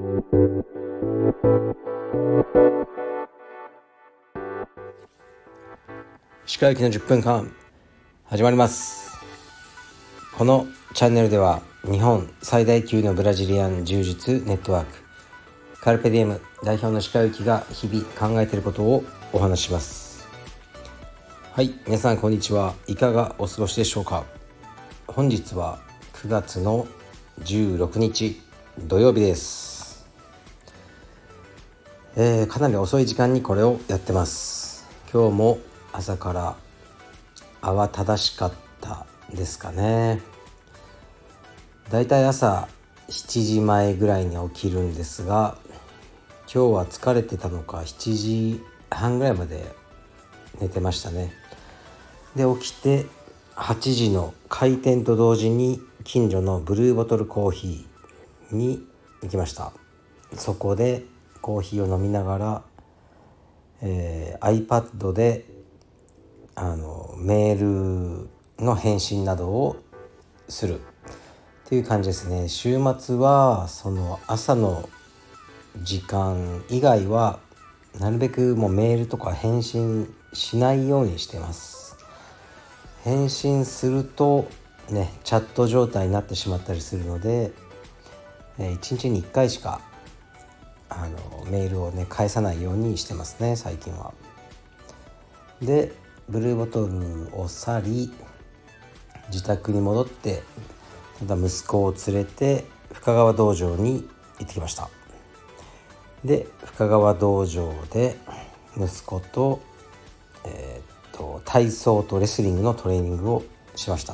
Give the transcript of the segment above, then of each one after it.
石川行きの10分間始まります。このチャンネルでは日本最大級のブラジリアン柔術ネットワークカルペディエム代表の石川行きが日々考えていることをお話しします。はい、皆さんこんにちは。いかがお過ごしでしょうか。本日は9月の16日土曜日です。かなり遅い時間にこれをやってます。今日も朝から慌ただしかったですかね。だいたい朝7時前ぐらいに起きるんですが、今日は疲れてたのか7時半ぐらいまで寝てましたね。で起きて8時の開店と同時に近所のブルーボトルコーヒーに行きました。そこでコーヒーを飲みながら、iPad でメールの返信などをするっていう感じですね。週末はその朝の時間以外はなるべくもうメールとか返信しないようにしてます。返信するとね、チャット状態になってしまったりするので、1日に1回しかメールをね返さないようにしてますね、最近は。でブルーボトルを去り自宅に戻ってまた息子を連れて深川道場に行ってきました。で深川道場で息子と、体操とレスリングのトレーニングをしました。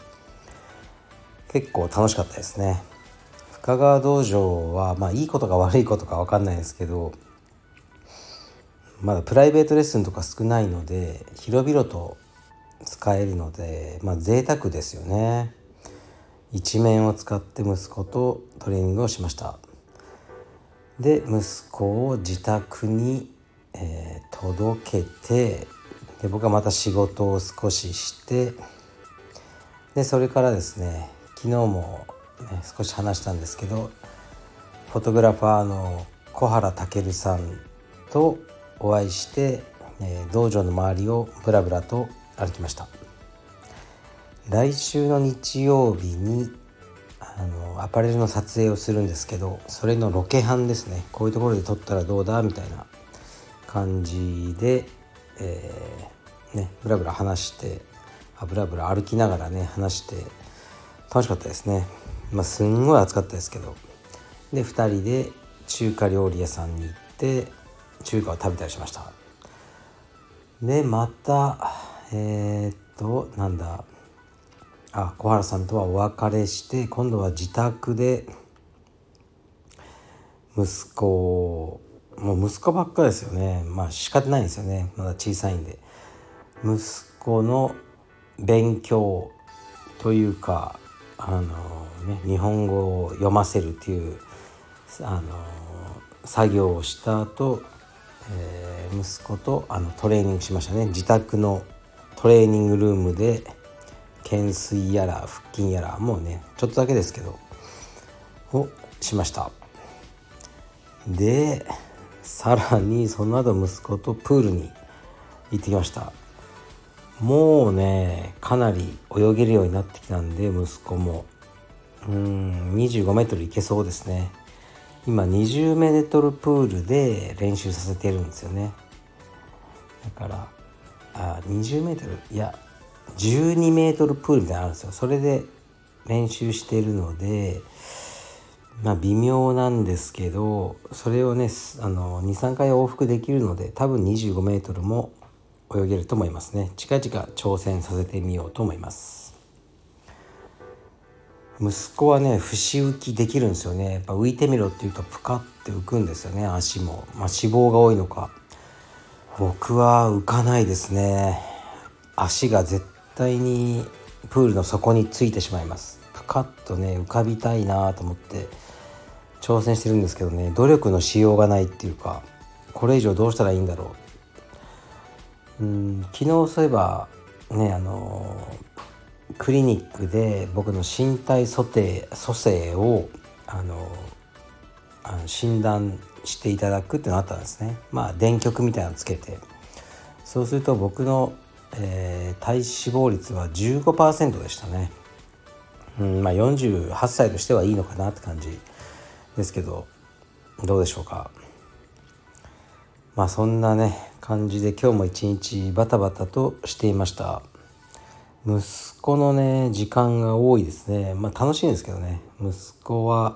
結構楽しかったですね。深川道場はいいことか悪いことか分かんないですけど、まだプライベートレッスンとか少ないので広々と使えるので、贅沢ですよね。一面を使って息子とトレーニングをしました。で息子を自宅に、届けて、で僕はまた仕事を少しして、でそれからですね、昨日も、少し話したんですけど、フォトグラファーの小原武さんとお会いして、道場の周りをブラブラと歩きました。来週の日曜日にアパレルの撮影をするんですけど、それのロケハンですね。こういうところで撮ったらどうだみたいな感じで、ブラブラ話して、ブラブラ歩きながらね話して楽しかったですね。すんごい暑かったですけど、で2人で中華料理屋さんに行って中華を食べたりしました。でまた小原さんとはお別れして、今度は自宅で息子ばっかですよね。仕方ないですよね、まだ小さいんで。息子の勉強というか日本語を読ませるっていう作業をした後、息子とトレーニングしましたね。自宅のトレーニングルームで懸垂やら腹筋やら、もうねちょっとだけですけどをしました。でさらにその後息子とプールに行ってきました。もうねかなり泳げるようになってきたんで、息子も25メートルいけそうですね。今20メートルプールで練習させてるんですよね。だから20メートル12メートルプールみたいなのあるんですよ。それで練習しているので微妙なんですけど、それをね2、3回往復できるので、多分25メートルも泳げると思いますね。近々挑戦させてみようと思います。息子はね節浮きできるんですよね。やっぱ浮いてみろって言うとプカって浮くんですよね。足も、脂肪が多いのか。僕は浮かないですね。足が絶対にプールの底についてしまいます。プカッとね浮かびたいなと思って挑戦してるんですけどね、努力のしようがないっていうか、これ以上どうしたらいいんだろう。昨日そういえばねクリニックで僕の身体組成を診断していただくっていうのがあったんですね。電極みたいなのつけて、そうすると僕の、体脂肪率は 15% でしたね。48歳としてはいいのかなって感じですけど、どうでしょうか。そんなね感じで今日も一日バタバタとしていました。息子のね時間が多いですね。楽しいんですけどね。息子は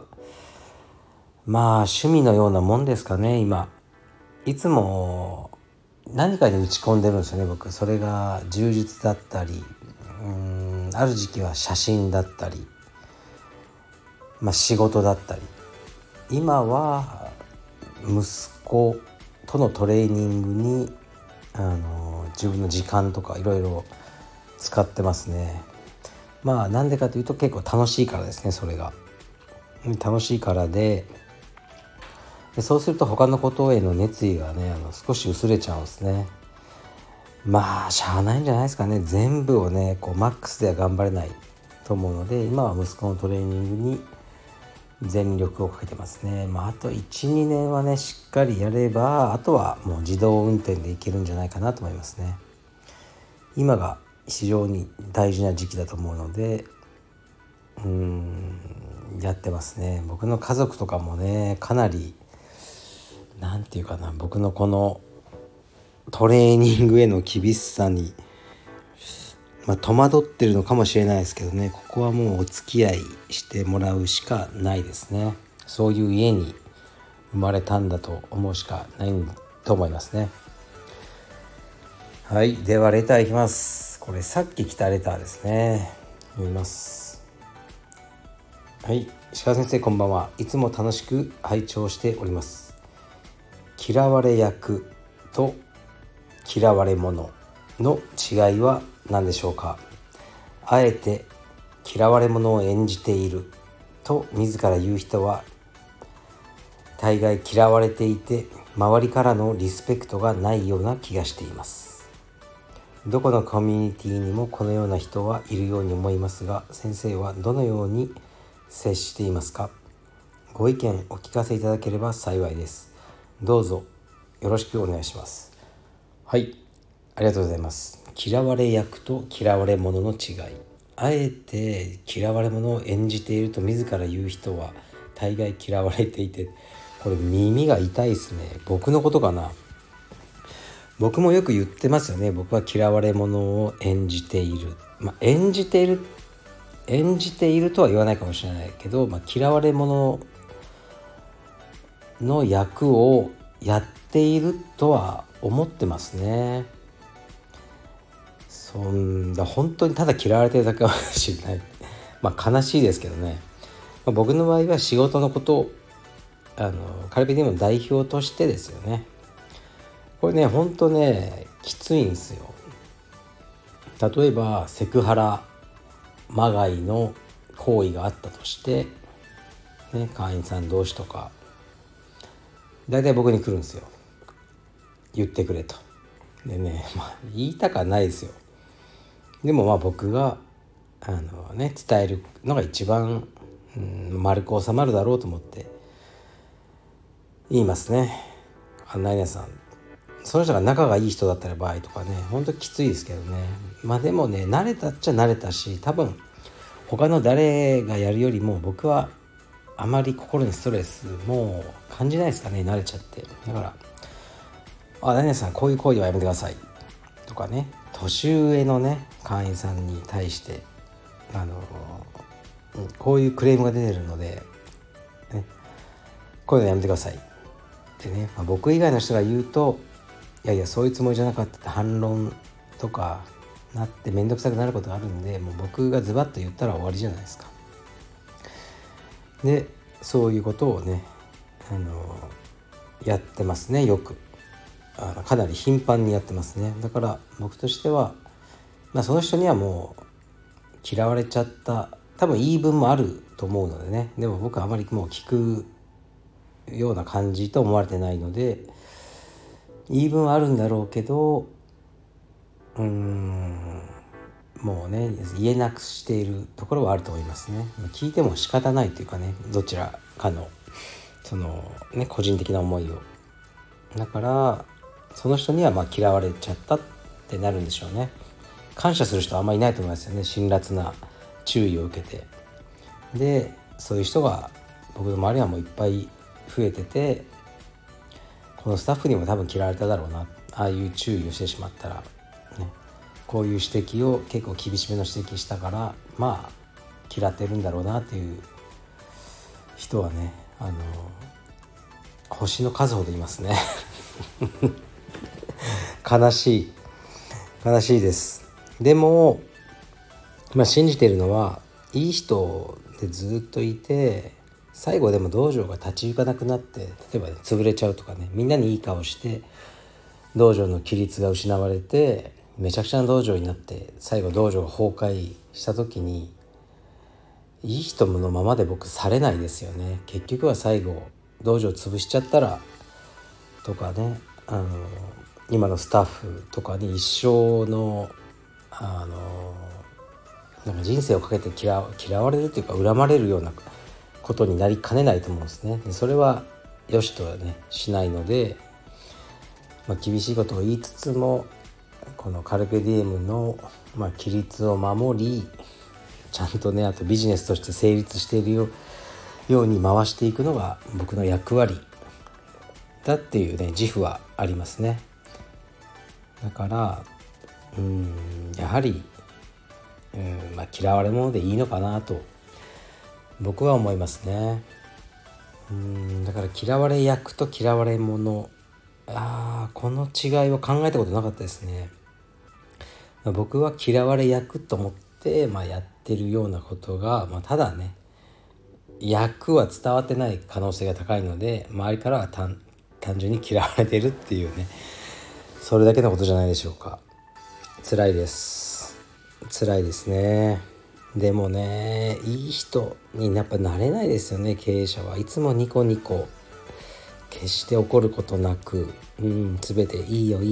趣味のようなもんですかね。今いつも何かに打ち込んでるんですよね。僕それが柔術だったり、ある時期は写真だったり、仕事だったり、今は息子とのトレーニングに自分の時間とかいろいろ使ってますね。なんでかというと結構楽しいからですね。それが楽しいからでそうすると他のことへの熱意がね少し薄れちゃうんですね。しゃあないんじゃないですかね。全部をねマックスでは頑張れないと思うので、今は息子のトレーニングに全力をかけてますね。あと 1,2 年はねしっかりやれば、あとはもう自動運転でいけるんじゃないかなと思いますね。今が非常に大事な時期だと思うのでやってますね。僕の家族とかもねかなりなんていうかな、僕のこのトレーニングへの厳しさに戸惑ってるのかもしれないですけどね、ここはもうお付き合いしてもらうしかないですね。そういう家に生まれたんだと思うしかないと思いますね。はい、ではレターいきます。これさっき来たレターですね。読みます。はい、石川先生こんばんは。いつも楽しく拝聴しております。嫌われ役と嫌われ者の違いは何でしょうか。あえて嫌われ者を演じていると自ら言う人は大概嫌われていて、周りからのリスペクトがないような気がしています。どこのコミュニティにもこのような人はいるように思いますが、先生はどのように接していますか。ご意見お聞かせいただければ幸いです。どうぞよろしくお願いします。はい、ありがとうございます。嫌われ役と嫌われ者の違い。あえて嫌われ者を演じていると自ら言う人は大概嫌われていて、これ耳が痛いですね。僕のことかな。僕もよく言ってますよね。僕は嫌われ者を演じている、演じているとは言わないかもしれないけど、嫌われ者の役をやっているとは思ってますね。本当にただ嫌われてるだけかもしれない。悲しいですけどね。僕の場合は仕事のことをカルビディウムの代表としてですよね。これね本当ねきついんですよ。例えばセクハラまがいの行為があったとして、会員さん同士とかだいたい僕に来るんですよ。言ってくれと。でね、言いたかないですよ。でも僕が伝えるのが一番、丸く収まるだろうと思って言いますね。何々さん、その人が仲がいい人だった場合とかね、本当きついですけどね。でもね慣れたっちゃ慣れたし、多分他の誰がやるよりも僕はあまり心にストレスもう感じないですかね。慣れちゃって。だから何々さんこういう行為はやめてくださいとかね、年上のね会員さんに対してこういうクレームが出てるので、こういうのやめてくださいってね、僕以外の人が言うと、いやいやそういうつもりじゃなかったって反論とかなって面倒くさくなることがあるんで、もう僕がズバッと言ったら終わりじゃないですか。でそういうことをねやってますね。よくかなり頻繁にやってますね。だから僕としては、その人にはもう嫌われちゃった多分言い分もあると思うのでね。でも僕はあまりもう聞くような感じと思われてないので、言い分はあるんだろうけどもうね言えなくしているところはあると思いますね。聞いても仕方ないというかね、どちらかのそのね個人的な思いを。だからその人には嫌われちゃったってなるんでしょうね。感謝する人はあんまりいないと思いますよね。辛辣な注意を受けて、でそういう人が僕の周りはもういっぱい増えてて、このスタッフにも多分嫌われただろうな、ああいう注意をしてしまったら、ね、こういう指摘を結構厳しめの指摘したから嫌ってるんだろうなっていう人はね、星の数ほどいますね悲しいです。でも、信じているのはいい人でずっといて、最後でも道場が立ち行かなくなって、例えば、潰れちゃうとかね、みんなにいい顔して道場の規律が失われてめちゃくちゃな道場になって、最後道場が崩壊した時にいい人のままで僕されないですよね。結局は最後道場潰しちゃったらとかね、今のスタッフとかに一生のなんか人生をかけて嫌われるというか恨まれるようなことになりかねないと思うんですね。でそれは良しとはねしないので、厳しいことを言いつつもこのカルペディエムの、規律を守り、ちゃんとねあとビジネスとして成立しているように回していくのが僕の役割だっていうね自負はありますね。だからやはり嫌われ者でいいのかなと僕は思いますね。だから嫌われ役と嫌われ者、この違いは考えたことなかったですね。僕は嫌われ役と思って、やってるようなことが、ただね役は伝わってない可能性が高いので、周りからは単純に嫌われてるっていうね、それだけのことじゃないでしょうか。辛いですね。でもね、いい人にやっぱなれないですよね。経営者はいつもニコニコ、決して怒ることなく、全ていいよ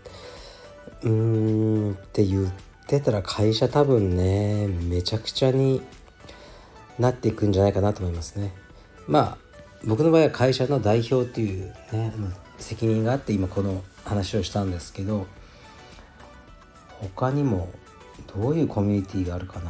って言ってたら会社多分ねめちゃくちゃになっていくんじゃないかなと思いますね。僕の場合は会社の代表っていうね責任があって今この話をしたんですけど、他にもどういうコミュニティがあるかな。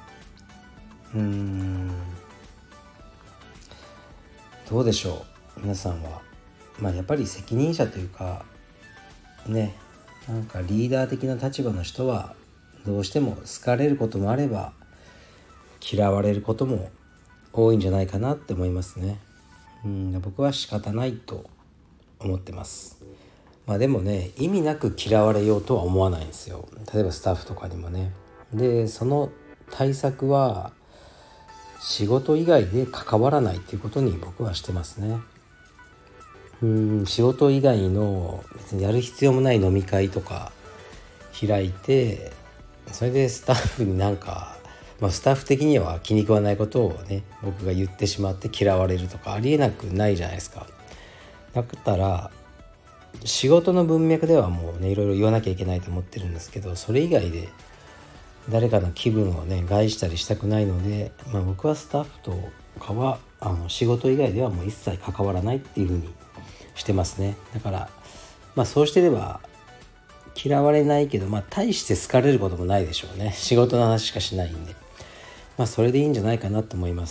どうでしょう皆さんは。やっぱり責任者というかね、なんかリーダー的な立場の人はどうしても好かれることもあれば嫌われることも多いんじゃないかなって思いますね。僕は仕方ないと思ってます。でもね、意味なく嫌われようとは思わないんですよ。例えばスタッフとかにもね。でその対策は仕事以外で関わらないっていうことに僕はしてますね。仕事以外の別にやる必要もない飲み会とか開いて、それでスタッフになんか、スタッフ的には気に食わないことをね僕が言ってしまって嫌われるとかありえなくないじゃないですか。だったら仕事の文脈ではもうねいろいろ言わなきゃいけないと思ってるんですけど、それ以外で誰かの気分をね害したりしたくないので、僕はスタッフとかは仕事以外ではもう一切関わらないっていうふうにしてますね。だからそうしてれば嫌われないけど、大して好かれることもないでしょうね。仕事の話しかしないんで、それでいいんじゃないかなと思います。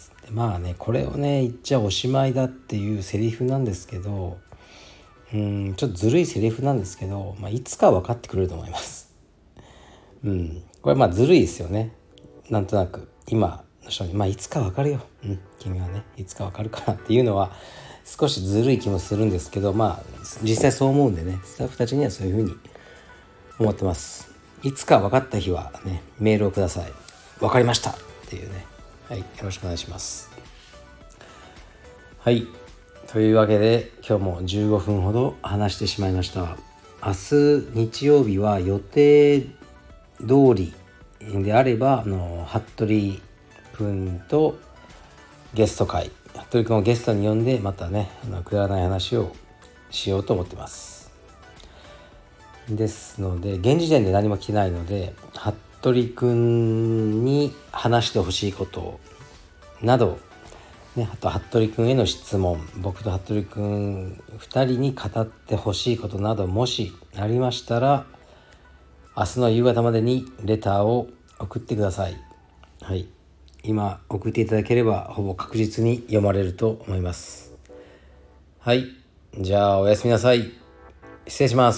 でこれをね言っちゃおしまいだっていうセリフなんですけど、ちょっとずるいセリフなんですけど、いつか分かってくれると思います。これずるいですよね。なんとなく今の人にいつか分かるよ、君はねいつか分かるからっていうのは少しずるい気もするんですけど、実際そう思うんでね、スタッフたちにはそういうふうに思ってます。いつか分かった日はねメールをください。分かりましたっていうね、よろしくお願いします。というわけで今日も15分ほど話してしまいました。明日日曜日は予定通りであれば服部君とゲスト会、服部君をゲストに呼んでまたねくだらない話をしようと思ってます。ですので現時点で何も来てないので、服部君に話してほしいことなどあと服部くんへの質問、僕と服部くん2人に語ってほしいことなどもしありましたら、明日の夕方までにレターを送ってください。はい、今送っていただければほぼ確実に読まれると思います。はい、じゃあおやすみなさい。失礼します。